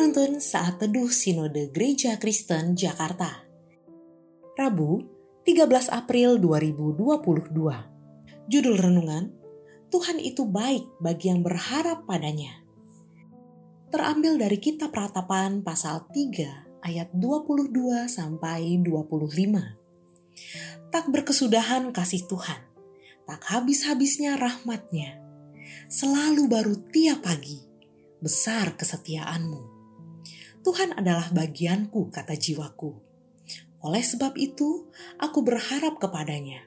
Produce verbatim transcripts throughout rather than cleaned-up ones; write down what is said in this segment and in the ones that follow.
Penuntun Saat Teduh Sinode Gereja Kristen Jakarta, Rabu, tiga belas April dua ribu dua puluh dua. Judul renungan, Tuhan itu baik bagi yang berharap padanya. Terambil dari Kitab Ratapan pasal tiga ayat dua puluh dua sampai dua puluh lima. Tak berkesudahan kasih Tuhan, tak habis-habisnya rahmat-Nya. Selalu baru tiap pagi, besar kesetiaanmu. Tuhan adalah bagianku, kata jiwaku. Oleh sebab itu, aku berharap kepadanya.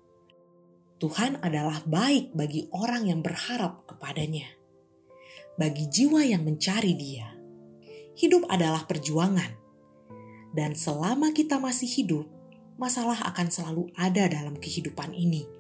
Tuhan adalah baik bagi orang yang berharap kepadanya, bagi jiwa yang mencari Dia. Hidup adalah perjuangan, dan selama kita masih hidup, masalah akan selalu ada dalam kehidupan ini.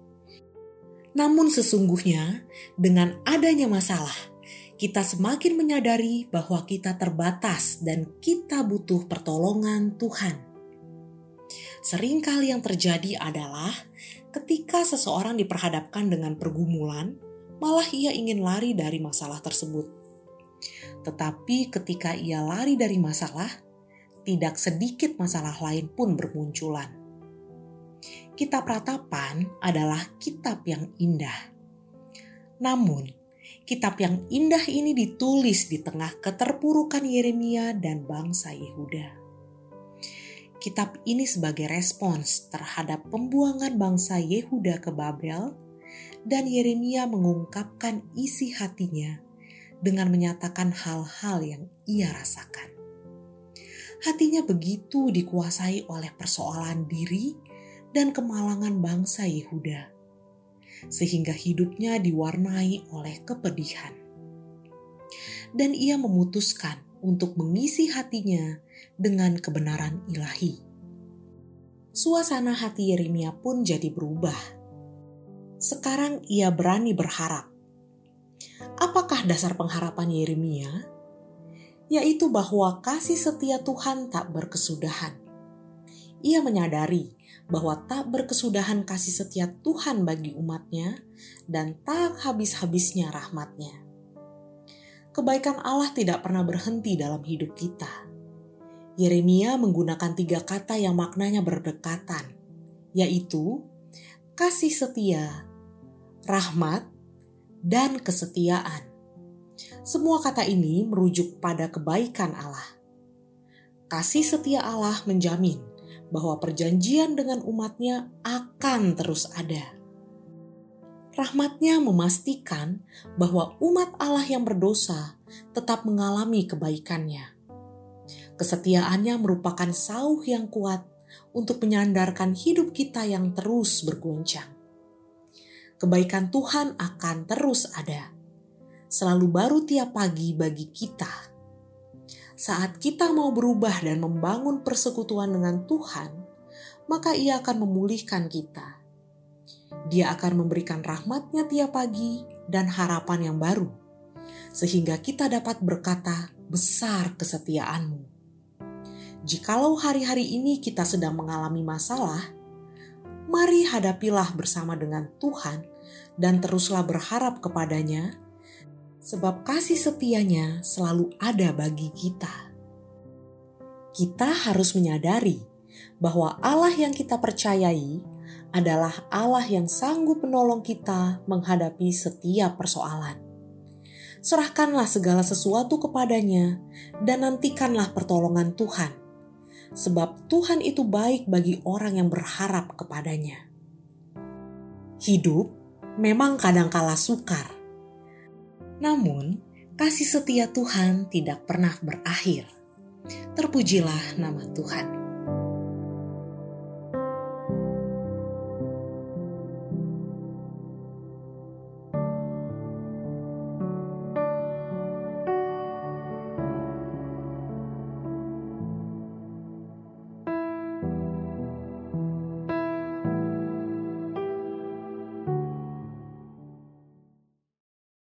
Namun sesungguhnya, dengan adanya masalah, kita semakin menyadari bahwa kita terbatas dan kita butuh pertolongan Tuhan. Seringkali yang terjadi adalah ketika seseorang diperhadapkan dengan pergumulan, malah ia ingin lari dari masalah tersebut. Tetapi ketika ia lari dari masalah, tidak sedikit masalah lain pun bermunculan. Kitab Ratapan adalah kitab yang indah. Namun, kitab yang indah ini ditulis di tengah keterpurukan Yeremia dan bangsa Yehuda. Kitab ini sebagai respons terhadap pembuangan bangsa Yehuda ke Babel, dan Yeremia mengungkapkan isi hatinya dengan menyatakan hal-hal yang ia rasakan. Hatinya begitu dikuasai oleh persoalan diri dan kemalangan bangsa Yehuda, sehingga hidupnya diwarnai oleh kepedihan. Dan ia memutuskan untuk mengisi hatinya dengan kebenaran ilahi. Suasana hati Yeremia pun jadi berubah. Sekarang ia berani berharap. Apakah dasar pengharapan Yeremia? Yaitu bahwa kasih setia Tuhan tak berkesudahan. Ia menyadari bahwa tak berkesudahan kasih setia Tuhan bagi umatnya dan tak habis-habisnya rahmat-Nya. Kebaikan Allah tidak pernah berhenti dalam hidup kita. Yeremia menggunakan tiga kata yang maknanya berdekatan, yaitu kasih setia, rahmat, dan kesetiaan. Semua kata ini merujuk pada kebaikan Allah. Kasih setia Allah menjamin bahwa perjanjian dengan umatnya akan terus ada. Rahmat-Nya memastikan bahwa umat Allah yang berdosa tetap mengalami kebaikan-Nya. Kesetiaannya merupakan sauh yang kuat untuk menyandarkan hidup kita yang terus berguncang. Kebaikan Tuhan akan terus ada, selalu baru tiap pagi bagi kita. Saat kita mau berubah dan membangun persekutuan dengan Tuhan, maka Ia akan memulihkan kita. Dia akan memberikan rahmat-Nya tiap pagi dan harapan yang baru, sehingga kita dapat berkata, besar kesetiaan-Mu. Jikalau hari-hari ini kita sedang mengalami masalah, mari hadapilah bersama dengan Tuhan dan teruslah berharap kepadanya, sebab kasih setia-Nya selalu ada bagi kita. Kita harus menyadari bahwa Allah yang kita percayai adalah Allah yang sanggup menolong kita menghadapi setiap persoalan. Serahkanlah segala sesuatu kepadanya dan nantikanlah pertolongan Tuhan, sebab Tuhan itu baik bagi orang yang berharap kepadanya. Hidup memang kadangkala sukar, namun, kasih setia Tuhan tidak pernah berakhir. Terpujilah nama Tuhan.